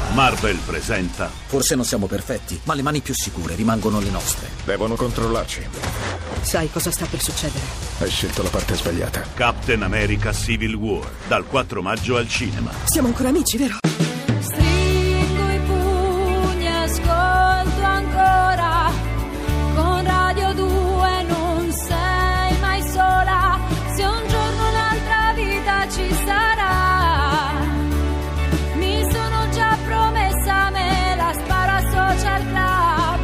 Marvel presenta. Forse non siamo perfetti, ma le mani più sicure rimangono le nostre. Devono controllarci. Sai cosa sta per succedere? Hai scelto la parte sbagliata. Captain America Civil War, dal 4 maggio al cinema. Siamo ancora amici, vero? Stringo i pugni, ascolto ancora. Con Radio 2 non sei mai sola. Se un giorno un'altra vita ci sarà, mi sono già promessa, me la sparo a Social Club.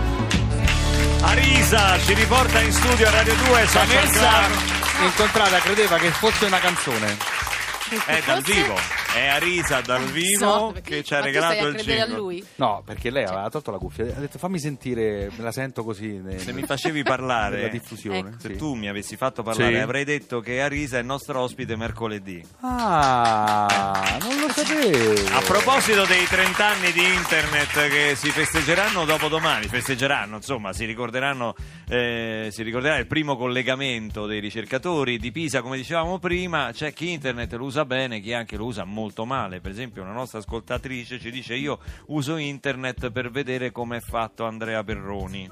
Arisa ci riporta in studio a Radio 2. Vanessa, incontrata, credeva che fosse una canzone. È dal vivo, è Arisa dal vivo che ci ha regalato il jingle. A jingle. lui? No, perché lei aveva tolto la cuffia, ha detto fammi sentire, me la sento così. Se mi facevi parlare, la diffusione. Ecco. se Sì. tu mi avessi fatto parlare, Sì. avrei detto che Arisa è il nostro ospite mercoledì. Ah, non lo sapevo. A proposito dei 30 anni di internet che si festeggeranno dopodomani, insomma, si ricorderà il primo collegamento dei ricercatori di Pisa, come dicevamo prima. C'è chi internet lo usa bene, chi anche lo usa molto male. Per esempio una nostra ascoltatrice ci dice: io uso internet per vedere come è fatto Andrea Perroni.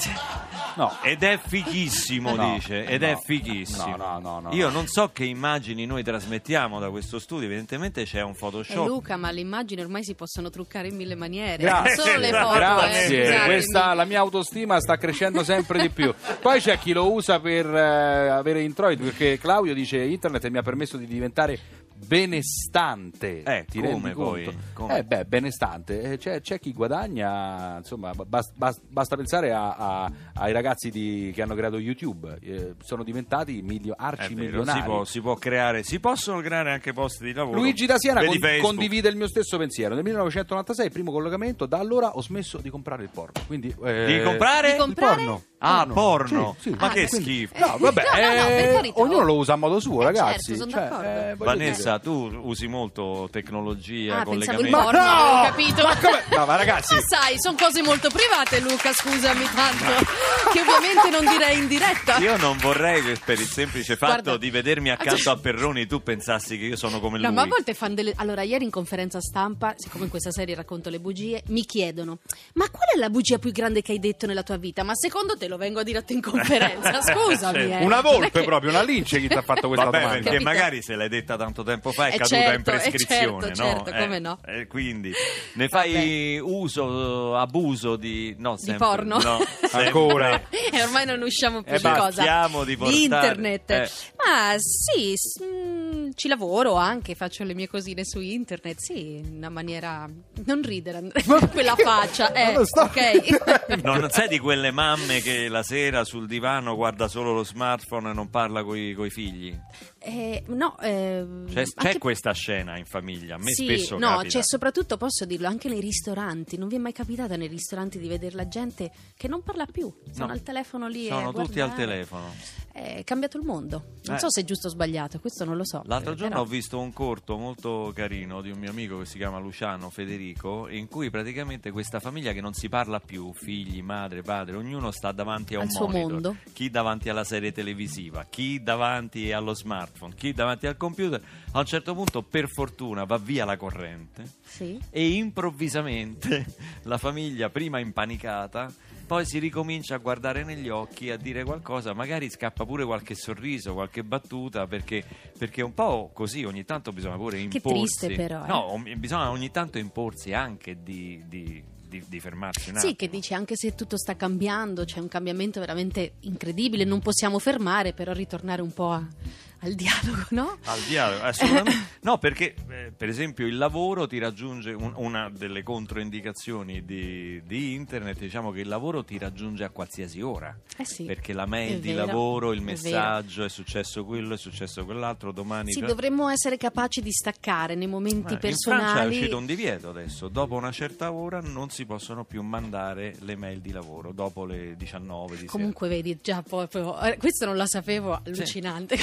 No. Ed è fighissimo, No, dice, ed no, è fighissimo. no, Io non so che immagini noi trasmettiamo da questo studio, evidentemente c'è un Photoshop. Luca, ma le immagini ormai si possono truccare in mille maniere. Grazie, Non solo le foto, grazie. scusatemi. Questa, la mia autostima sta crescendo sempre di più. Poi c'è chi lo usa per avere introiti, perché Claudio dice internet mi ha permesso di diventare benestante. Ti come rendi poi? conto? Come? Benestante. C'è chi guadagna, insomma, basta pensare ai ragazzi che hanno creato YouTube, sono diventati È vero, arcimilionari. si possono creare anche posti di lavoro. Luigi da Siena Vedi Facebook. condivide il mio stesso pensiero. Nel 1996, primo collegamento, da allora ho smesso di comprare il porno. Quindi, Di comprare? Di comprare? il porno. Ah, porno. Sì, sì. Ma che Quindi- schifo. No, vabbè, No, per carità. ognuno lo usa a modo suo, ragazzi. certo, sono d'accordo. voglio Vanessa, tu usi molto tecnologia, pensavo il collegamenti. porno, no! ho capito. Ma come? No, ma ragazzi, Ma sai, sono cose molto private, Luca, scusami tanto, che ovviamente non direi in diretta. Io non vorrei che per il semplice fatto Guarda. di vedermi accanto a Perroni tu pensassi che io sono come No, lui. ma a volte fanno delle... Allora, ieri in conferenza stampa, siccome in questa serie racconto le bugie, mi chiedono: ma qual è la bugia più grande che hai detto nella tua vita? Ma secondo te lo vengo a dire a te in conferenza? Scusami, una Non è volpe che- proprio, una lince chi ti ha fatto questa Vabbè, domanda. perché Capito? magari se l'hai detta tanto tempo fa è caduta certo, in prescrizione, certo, no? come no. Quindi ne fai uso, abuso di... No, Di sempre, porno? no, sempre. Ancora. E ormai non usciamo più di basta. cosa? Cerchiamo di portare- internet. Ma sì, ci lavoro anche, faccio le mie cosine su internet, sì, in una maniera... Non ridere, Andrea, quella faccia, lo sto- ok? Non sei di quelle mamme che la sera sul divano guarda solo lo smartphone e non parla coi figli? No, C'è anche- questa scena in famiglia, a me sì, spesso no, capita. c'è soprattutto, posso dirlo, anche nei ristoranti. Non vi è mai capitato nei ristoranti di vedere la gente che non parla più, sono No. al telefono lì Sono a tutti al guardare. telefono. È cambiato il mondo. Non so se è giusto o sbagliato, questo non lo so. L'altro giorno però- ho visto un corto molto carino di un mio amico che si chiama Luciano Federico, in cui praticamente questa famiglia che non si parla più, figli, madre, padre, ognuno sta davanti a un Al suo monitor. mondo. Chi davanti alla serie televisiva, chi davanti allo smartphone, chi davanti al computer. A un certo punto, per fortuna, va via la corrente Sì. e improvvisamente la famiglia, prima impanicata, poi si ricomincia a guardare negli occhi, a dire qualcosa, magari scappa pure qualche sorriso, qualche battuta, perché un po' così ogni tanto bisogna pure imporsi. triste però, No, bisogna ogni tanto imporsi anche di fermarsi un attimo. Sì, che dice anche se tutto sta cambiando, c'è un cambiamento veramente incredibile, non possiamo fermare, però ritornare un po' al dialogo, no? Al dialogo, assolutamente. No, perché per esempio il lavoro ti raggiunge, una delle controindicazioni di internet, diciamo che il lavoro ti raggiunge a qualsiasi ora. Sì, Perché la mail è di vero, lavoro, il è messaggio, è successo quello, è successo quell'altro, domani... Sì, dovremmo essere capaci di staccare nei momenti In Francia è personali. uscito un divieto adesso, dopo una certa ora non si possono più mandare le mail di lavoro, dopo le 19 di sera. Comunque vedi, già proprio questo non la sapevo, allucinante. Comunque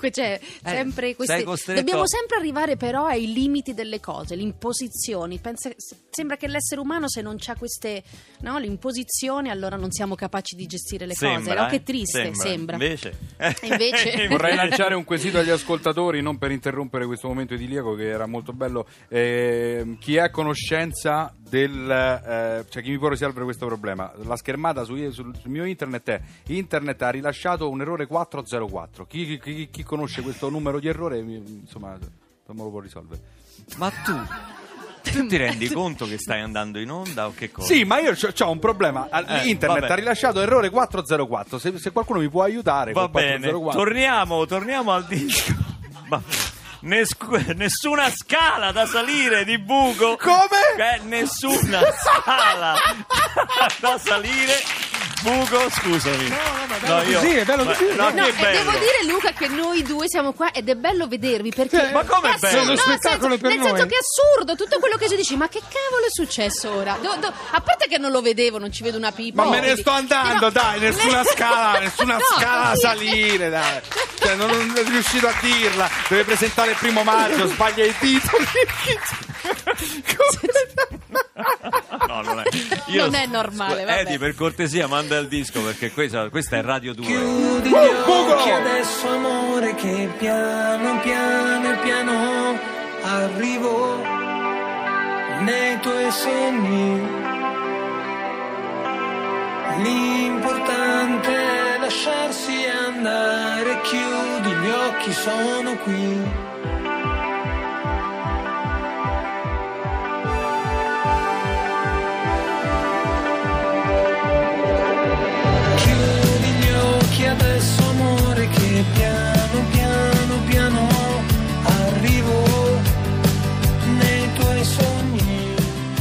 Comunque c'è sempre sei queste... costretto- Dobbiamo sempre arrivare però ai limiti delle cose, le imposizioni. Sembra che l'essere umano, se non c'ha queste, no, le imposizioni, allora non siamo capaci di gestire le cose. No? Che triste, sembra. Invece. Vorrei lanciare un quesito agli ascoltatori, non per interrompere questo momento idilliaco che era molto bello. Chi è a conoscenza cioè chi mi può risolvere questo problema? La schermata sul mio internet è: internet ha rilasciato un errore 404. Chi conosce questo numero di errore, insomma, me lo può risolvere. Ma tu ti rendi conto che stai andando in onda o che cosa? Sì, ma io c'ho un problema. Internet vabbè. ha rilasciato errore 404. Se qualcuno mi può aiutare Va con bene, 404. torniamo al disco. Nessuna scala da salire di buco. Come? Nessuna scala da salire. Buco, scusami. No, così, è bello così. No, No, che e bello. devo dire, Luca, che noi due siamo qua ed è bello vedervi perché... Ma com'è bello? Sì, È uno spettacolo per nel noi. senso che è assurdo tutto quello che ci dici, ma che cavolo è successo ora? A parte che non lo vedevo, non ci vedo una pipa. Ma me ne sto andando, dai, nessuna scala No, scala a così. salire, dai. Cioè, non è riuscito a dirla. Deve presentare il 1 maggio, sbaglia i titoli. No, non è. Non è normale, vabbè. Eddie, per cortesia, manda il disco perché questa è Radio 2. Chiudi gli occhi adesso, amore, che piano piano arrivo nei tuoi sogni. L'importante è lasciarsi andare, chiudi gli occhi, sono qui. Adesso, amore, che piano piano arrivo nei tuoi sogni.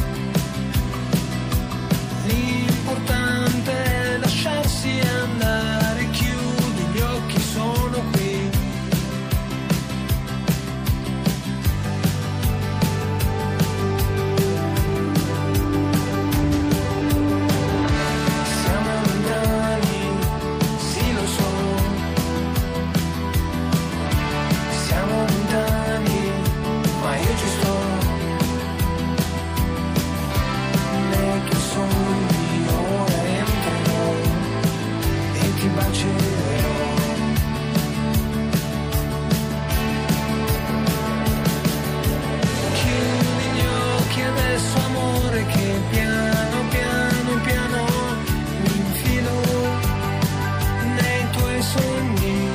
L'importante è lasciarsi andare, chiudi gli occhi, sono qui. Siamo lontani, sì lo so. Siamo lontani, ma io ci sto. Nei tuoi sogni ora entrerò e ti bacerò. Chiudi gli occhi adesso, amore, che piano piano mi infilo nei tuoi sogni.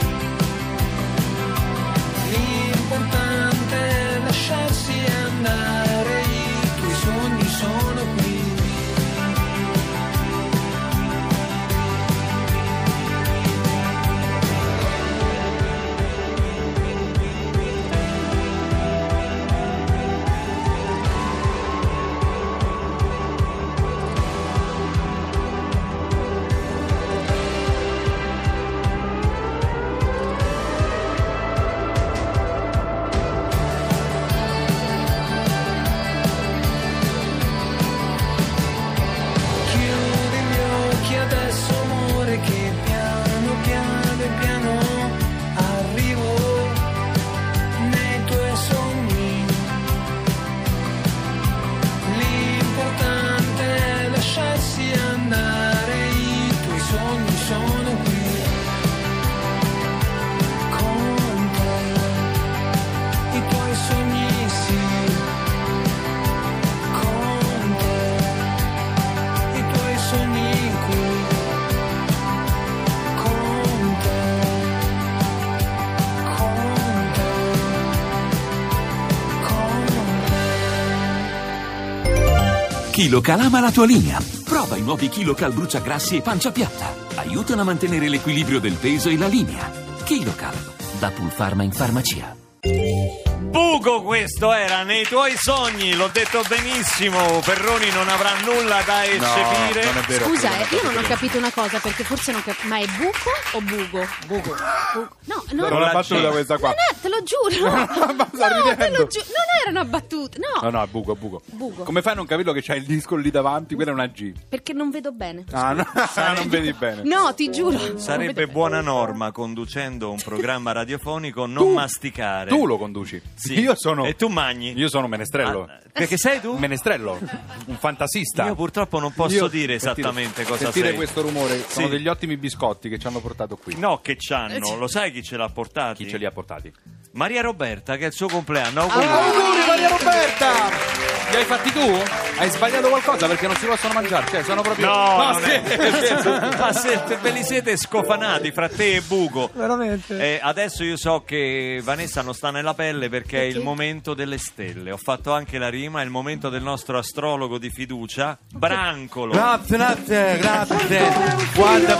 L'importante è lasciarsi andare, i tuoi sogni sono qui. Chiudi gli occhi adesso, amore, che piano piano arrivo nei tuoi sogni. L'importante è lasciarsi andare, i tuoi sogni sono qui. Con te, i tuoi sogni sì. Con te, i tuoi sogni qui. Con te, con te, con te. KiloCal ama la tua linea. Prova i nuovi KiloCal bruciagrassi e pancia piatta. Aiutano a mantenere l'equilibrio del peso e la linea. KiloCal, da Pulpharma in farmacia. Bugo, questo era Nei tuoi sogni, l'ho detto benissimo. Perroni non avrà nulla da eccepire. No, non è vero. Scusa, io non ho capito una cosa, perché forse non ma è buco o bugo? Buco. No, Non la battuta questa qua. te lo giuro. Ma sta ridendo. Non era una battuta. No, è buco. Bugo. Come fai a non capirlo che c'hai il disco lì davanti? Quella è una G. Perché non vedo bene. Ah, no, non vedi bene. No, ti giuro. Sarebbe buona norma, conducendo un programma radiofonico, non masticare. Tu lo conduci. Sì. Io sono. E tu magni. Io sono Menestrello. Perché sei tu? Menestrello, un fantasista. Io purtroppo non posso dire esattamente cosa sentire sei. questo rumore. Sono Sì. degli ottimi biscotti che ci hanno portato qui. No, che c'hanno. Lo sai chi ce l'ha portati? Chi ce li ha portati? Maria Roberta, che è il suo compleanno. Auguri Maria Roberta! Li hai fatti tu? Hai sbagliato qualcosa perché non si possono mangiare? Cioè, sono proprio. No, non sì. Ma ve li siete scofanati fra te e Bugo. Veramente? Adesso io so che Vanessa non sta nella pelle perché è il momento delle stelle. Ho fatto anche la rima, è il momento del nostro astrologo di fiducia, Brancolo. Grazie. Guarda.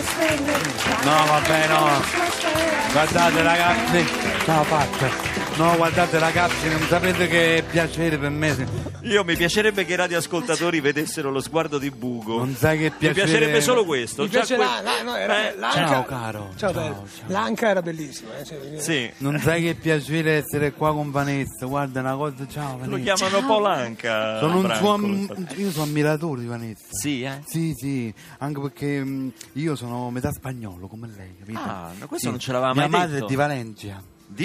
No, vabbè, no. Guardate ragazzi. Ciao Pat. No, guardate ragazzi, non sapete che piacere per me. Io mi piacerebbe che i radioascoltatori vedessero lo sguardo di Bugo. Non sai che piacere. Mi piacerebbe solo questo. Mi piace l'anca. Ciao caro. Ciao, bello. L'anca era bellissima. Sì. Non sai che piacere essere qua con Vanessa. Guarda una cosa, ciao Vanessa. Lo chiamano Polanca. Sono Brancolo. io sono ammiratore di Vanessa. Sì, eh? Sì, anche perché io sono metà spagnolo come lei, capito? Ah, ma questo non ce l'aveva mai Mia madre detto. è di Valencia.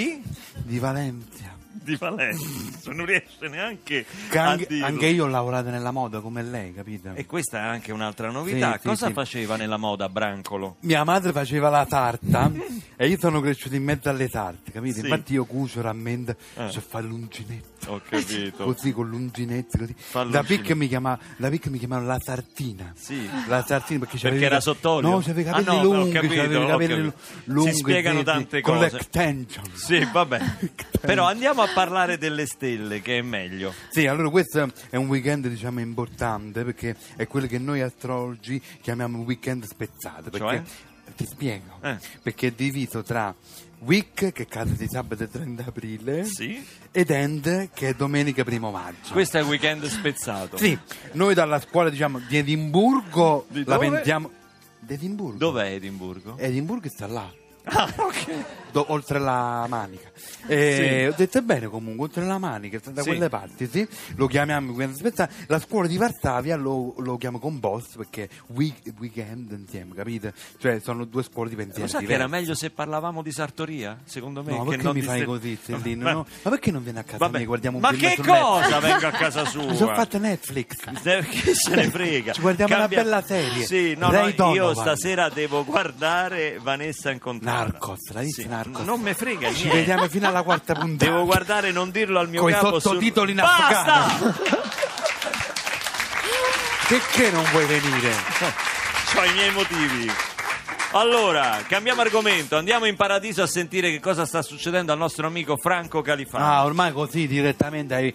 Di Valencia. Di Valencia. Non riesce neanche Che a anche, dirlo. anche io ho lavorato nella moda come lei, capito? E questa è anche un'altra novità. Sì, Cosa sì. faceva nella moda Brancolo? Mia madre faceva la tarta e io sono cresciuto in mezzo alle tarte, capito? Sì. Infatti io cucio, rammendo, so fare l'uncinetto. Ho capito. Così con l'uncinetto, così. Fa Da l'uncinetto. picca mi chiamavano la sartina. Sì. La sartina perché Era sott'olio? No, c'aveva i Ah, capelli no, ho lunghi, capito, c'aveva i ho capelli capito. lunghi. Si spiegano tante con cose. l'extension. Sì, vabbè. Però andiamo a parlare delle stelle, che è meglio. Sì, allora questo è un weekend diciamo importante perché è quello che noi astrologi chiamiamo weekend spezzato. Perché, Cioè? Ti spiego. Eh. Perché è diviso tra week, che cade di sabato 30 aprile, Sì. ed end, che è domenica 1 maggio. Questo è il weekend spezzato. Sì, noi dalla scuola diciamo di Edimburgo Di la dove? pensiamo. Di Edimburgo? Dov'è Edimburgo? Edimburgo sta là. Ah, ok. Oltre la manica. Sì. Ho detto bene comunque, oltre la manica, da Sì. quelle parti, sì. Lo chiamiamo weekend spezzato. La scuola di Varsavia lo chiamo Compost perché weekend insieme, capite? Cioè sono due scuole di pensiero Lo sa che diverse. era meglio se parlavamo di sartoria? Secondo me. No, che perché non mi di fai ste- così, Stellino? Ma- No? Ma perché non viene a casa Vabbè. mia? Guardiamo un Ma film che su cosa Netflix? vengo a casa sua? Mi sono fatto Netflix. Che se ne frega. Ci guardiamo una bella serie. Sì, no, Ray io Donovan. stasera devo guardare Vanessa Incontrata. Narcos, l'hai visto Narcos? Non me frega Ci niente. vediamo fino alla quarta puntata. Devo guardare, non dirlo al mio Coi capo. sottotitoli in Basta! afghano. Perché non vuoi venire? C'ho i miei motivi. Allora, cambiamo argomento. Andiamo in paradiso a sentire che cosa sta succedendo al nostro amico Franco Califano. Ah, ormai così direttamente hai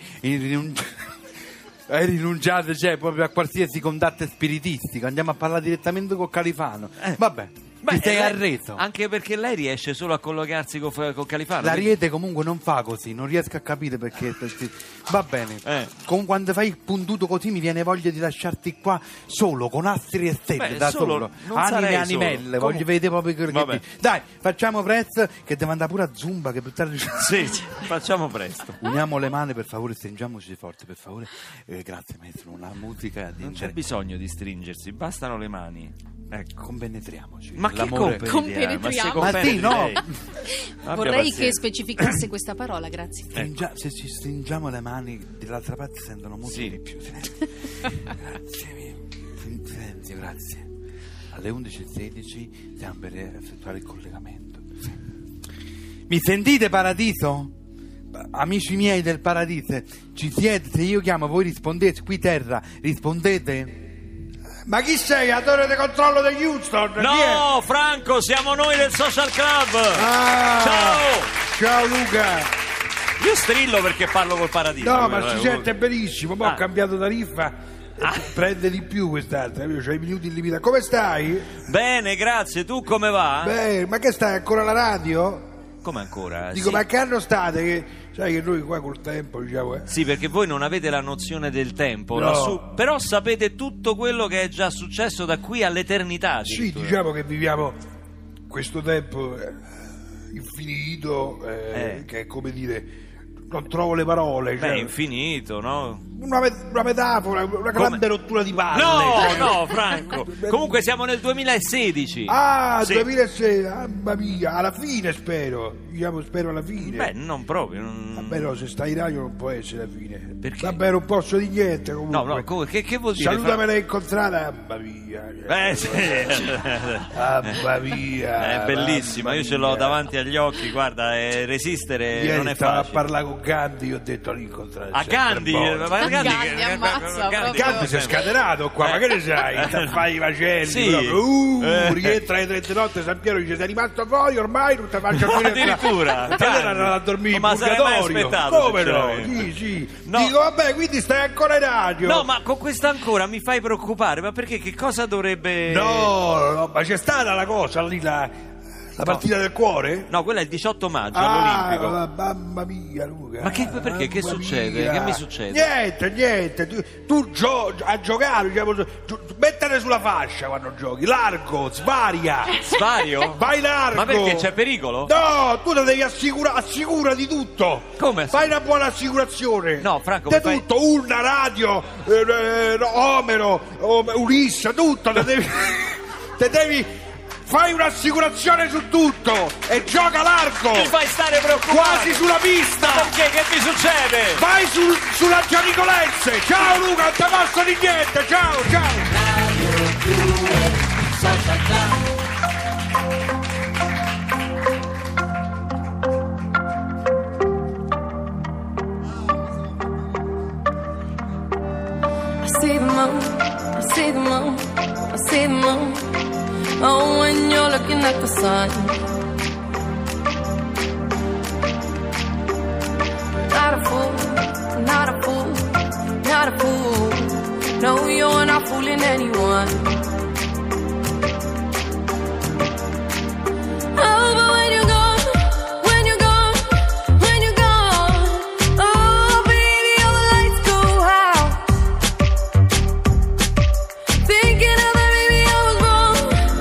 rinunciato, cioè, proprio a qualsiasi contatto spiritistico. Andiamo a parlare direttamente con Califano. Vabbè. Ti sei lei- arreso. Anche perché lei riesce solo a collocarsi con Califano. L'Ariete comunque non fa così, non riesco a capire perché. Va bene. Quando fai il puntuto così mi viene voglia di lasciarti qua solo, con astri e stelle, Beh, da solo- solo. non Anime sarei e animelle, solo. voglio vedere proprio quello Vabbè. che dici. Dai, facciamo presto che devo andare pure a Zumba che per tardi. Sì, facciamo presto. Uniamo le mani per favore, stringiamoci forte per favore. Grazie maestro, una musica di Non c'è bisogno di stringersi, bastano le mani. Ecco. Compenetriamoci. Ma che L'amore- compenetriamo? Ma sì, no. Vorrei che specificasse questa parola, grazie. Se ci stringiamo le mani dall'altra parte sentono molto Sì. di più. Silenzio, grazie. Alle 11:16 stiamo per effettuare il collegamento. Mi sentite paradiso? Amici miei del paradiso, ci siete? Se io chiamo voi rispondete, qui terra, rispondete? Ma chi sei? Attore di controllo di Houston? Chi è? No, Franco, siamo noi del Social Club. Ah, Ciao. Ciao Luca. Io strillo perché parlo col paradiso. No, ma si sente benissimo. Poi Ah. ho cambiato tariffa. Prende di più quest'altra. Io c'ho i minuti illimitati. Come stai? Bene, grazie. Tu come va? Beh, ma che stai ancora alla radio? Come ancora? Dico, Sì. ma che anno state? Che sai che noi qua col tempo diciamo Sì, perché voi non avete la nozione del tempo, No. però sapete tutto quello che è già successo da qui all'eternità. Sì, addirittura. diciamo che viviamo questo tempo infinito, che è come dire, non trovo le parole. Beh, Cioè, infinito, no? una metafora, una grande rottura di palle. No, Franco. Comunque siamo nel 2016. Ah, Sì. 2006, mamma mia, alla fine spero. Diciamo, spero alla fine. Beh, non proprio. Vabbè, no, se stai in radio non può essere alla fine. Perché? Vabbè, non posso di niente comunque. No, che vuol dire? Salutamela incontrata, mamma mia. Sì. Mamma mia. È bellissima, mamma io ce l'ho mia. davanti agli occhi, guarda, resistere Ieri non è stavo a facile. parlare con Gandhi, ho detto l'incontrare. A Gandhi, ma Gandhi ammazza, Gandhi si è scatenato qua, ma che ne sai? Fai i macelli, Sì. proprio. Rientra alle 3 di notte, San Piero dice sei rimasto fuori ormai, non ti faccio più Addirittura. andare a dormire in Ma sarei mai purgatorio. aspettato, Come no? sinceramente. Sì. No. Dico vabbè, quindi stai ancora in radio. No, ma con questa ancora mi fai preoccupare, ma perché che cosa dovrebbe... No, ma c'è stata la cosa lì, la partita del cuore? No, quella è il 18 maggio all'Olimpico. Mamma mia, Luca. Ma perché? Che Mamma succede? mia. Che mi succede? Niente. Tu a giocare, diciamo, mettete sulla fascia quando giochi, largo, svaria. Svario? Vai largo. Ma perché c'è pericolo? No, tu te devi assicura di tutto. Come? Fai una buona assicurazione. No, Franco, di mi fai- tutto, Urna, radio, Omero, Ulissa, tutto. Te devi. Fai un'assicurazione su tutto e gioca largo. Mi fai stare preoccupato. Quasi sulla pista. Ma perché? Che mi succede? Vai sulla Gianicolense. Ciao Luca, non ti posso di niente. Ciao. I see the moon, I see the moon, I see the moon. Oh, when you're looking at the sun. Not a fool, not a fool, not a fool. No, you're not fooling anyone. Oh, but when you're gone, when you're gone, when you're gone, oh, baby, all the lights go out. Thinking of that, baby, I was wrong.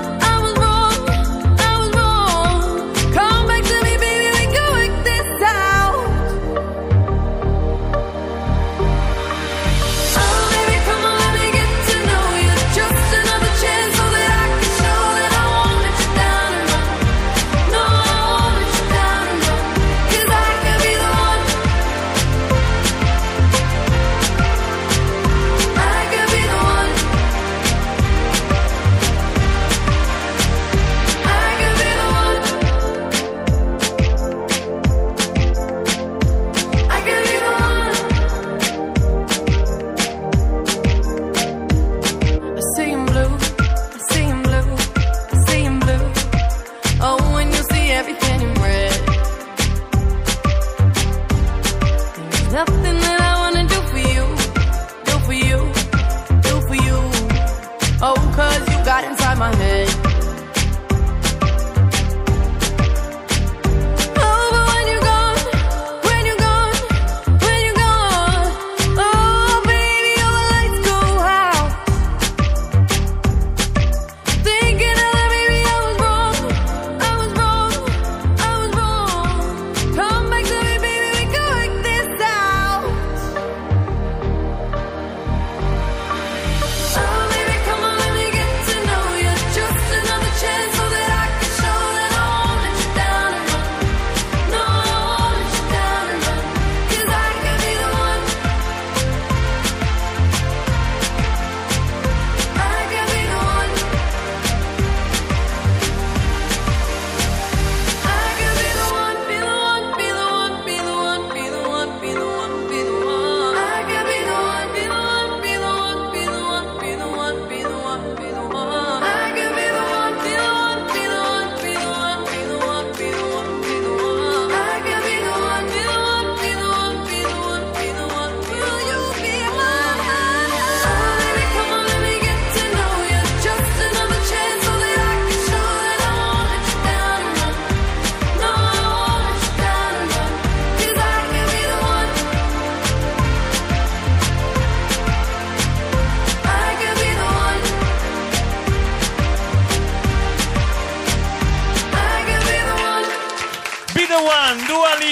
Come back to me, baby, we can work this out. Oh, baby, come on, let me get to know you. Just another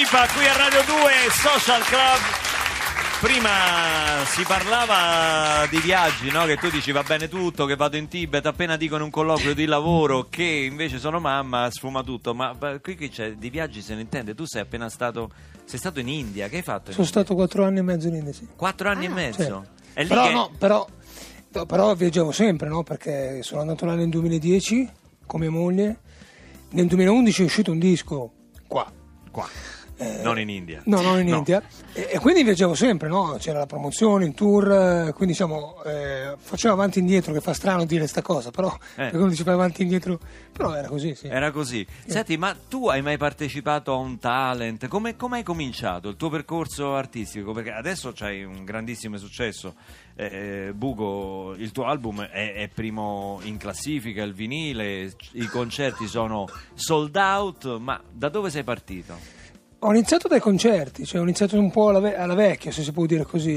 Pipa qui a Radio 2 Social Club. Prima si parlava di viaggi, no? Che tu dici va bene tutto, che vado in Tibet, appena dico in un colloquio di lavoro che invece sono mamma, sfuma tutto. Ma qui c'è di viaggi se ne intende. Tu sei stato in India, che hai fatto? Sono stato 4 anni e mezzo in India, sì. 4 anni e mezzo? Sì. È lì però, che... no, però viaggiavo sempre, no? Perché sono andato là nel 2010 con mia moglie. Nel 2011 è uscito un disco qua. Non in India. No, non in India. E quindi viaggiavo sempre, no? C'era la promozione, il tour, quindi facevo avanti e indietro, che fa strano dire sta cosa, però perché uno dice fai avanti e indietro, però era così, sì. Era così. Senti, ma tu hai mai partecipato a un talent? Come hai cominciato il tuo percorso artistico? Perché adesso c'hai un grandissimo successo. Bugo, il tuo album è primo in classifica, il vinile, i concerti sono sold out, ma da dove sei partito? Ho iniziato dai concerti, ho iniziato un po' alla vecchia, se si può dire così,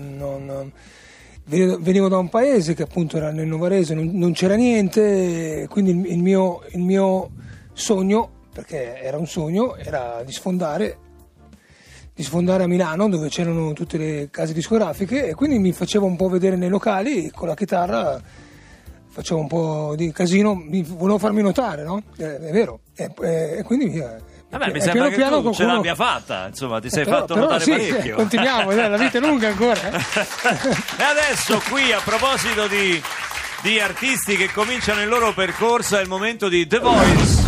venivo da un paese che appunto era nel Novarese, non c'era niente, quindi il mio sogno, perché era un sogno, era di sfondare a Milano, dove c'erano tutte le case discografiche, e quindi mi facevo un po' vedere nei locali con la chitarra, facevo un po' di casino, volevo farmi notare, no? È vero, e quindi vabbè, mi sembra che tu ce l'abbia fatta, insomma, ti sei fatto notare sì, parecchio. Continuiamo, la vita è lunga ancora. E adesso qui, a proposito di artisti che cominciano il loro percorso, è il momento di The Voice.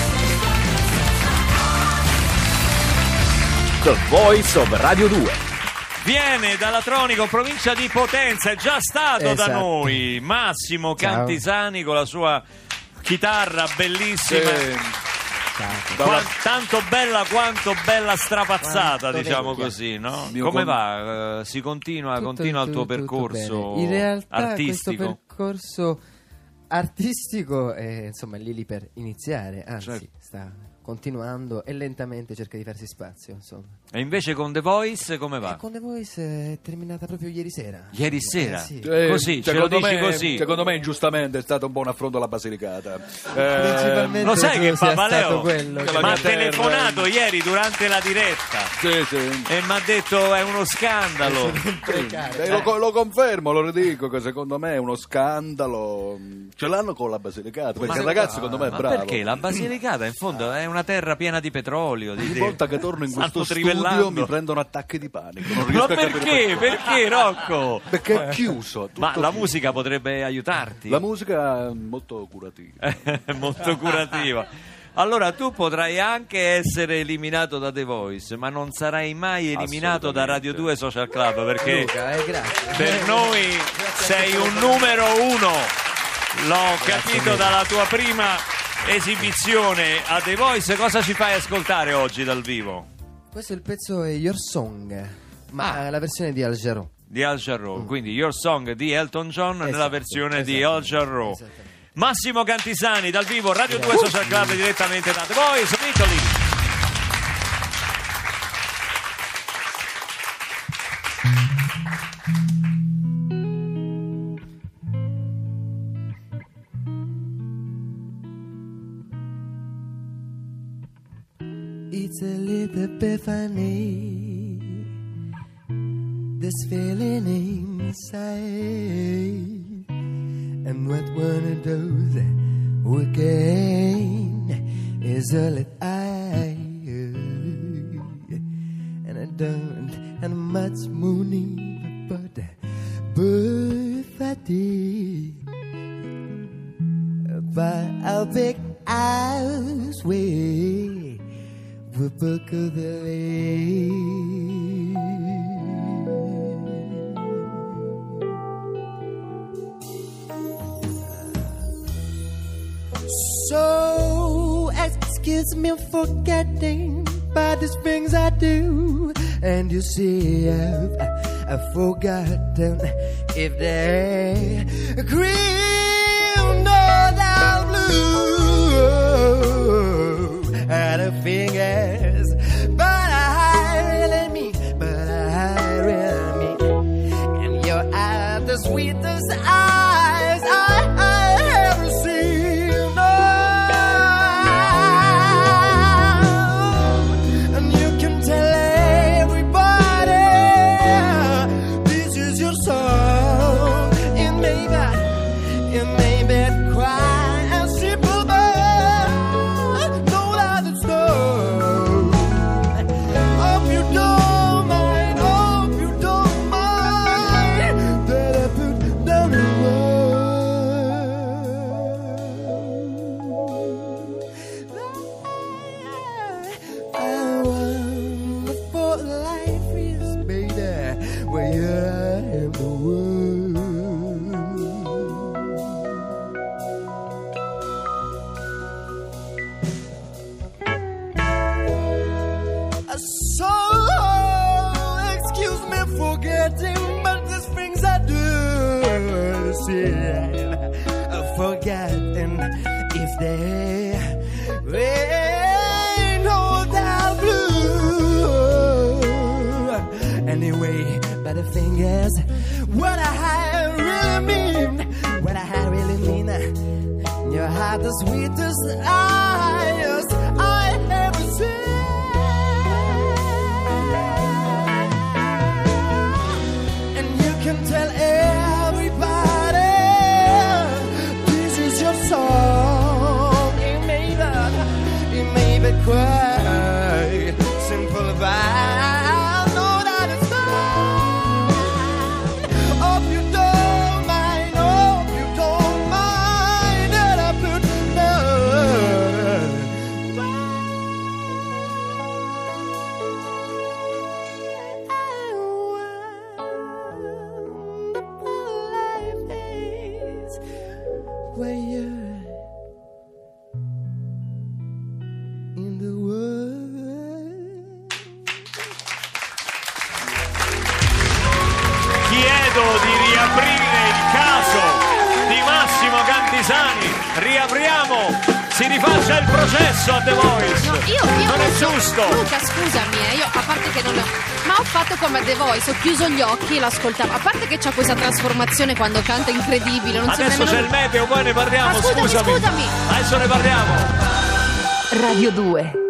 The Voice of Radio 2. Viene dalla Tronico, provincia di Potenza, è già stato da noi Massimo Cantisani con la sua chitarra bellissima. Tanto bella quanto bella strapazzata, diciamo così, no? Come va? Si continua il tuo percorso in realtà artistico? Questo percorso artistico è lì per iniziare, anzi sta continuando e lentamente cerca di farsi spazio, insomma. E invece con The Voice come va? Con The Voice è terminata proprio ieri sera. Ieri sera? Sì. Così, ce lo dici così? Secondo me ingiustamente è stato un po' un affronto alla Basilicata. Principalmente lo sai che Papaleo mi ha telefonato ieri durante la diretta e mi ha detto è uno scandalo. Lo confermo, lo ridico che secondo me è uno scandalo. Ce l'hanno con la Basilicata, perché il ragazzo secondo me è bravo. Perché la Basilicata in fondo è una terra piena di petrolio. Ogni volta che torno in questo studio mi prendono attacchi di panico. Non riesco ma perché? Perché, Rocco? Perché è chiuso. Ma la musica potrebbe aiutarti? La musica è molto curativa. Molto curativa. Allora tu potrai anche essere eliminato da The Voice, ma non sarai mai eliminato da Radio 2 Social Club, perché per noi sei un numero uno. L'ho capito dalla tua prima esibizione a The Voice. Cosa ci fai ascoltare oggi dal vivo? Questo è il pezzo è Your Song, ma la versione di Al Jarreau. Di Al Jarreau, quindi Your Song di Elton John nella versione di Al Jarreau. Massimo Cantisani dal vivo, Radio 2 Social Club direttamente da The Voice of Italy. It's a little epiphany, this feeling inside, and what one of those who again is all that I and I don't have much money, but if I did, but I'll big house way. The book of the lake. So excuse me for getting by these things I do, and you see I've forgotten if they green or down blue. Out of fingers, but I really mean, and your eyes, the sweetest eyes I ever seen. Oh, and you can sin, forgetting if they rain or they're blue. Anyway, but the thing is, what I really mean, what I really mean, you had the sweetest eyes I ever seen. And you can tell everybody this is your song. It may be quite simple, but I know that it's fine. Hope you don't mind, hope you don't mind that I put where you're in the world. Chiedo di riaprire il caso di Massimo Cantisani. Riapriamo. Si rifaccia il processo a The Voice. No, io non è giusto. Luca, scusami, io a parte che non ma ho fatto come a The Voice, ho chiuso gli occhi e l'ascoltavo. A parte che c'ha questa trasformazione quando canta incredibile. Non Adesso so c'è il meteo, poi ne parliamo. Ma scusami. Adesso ne parliamo. Radio 2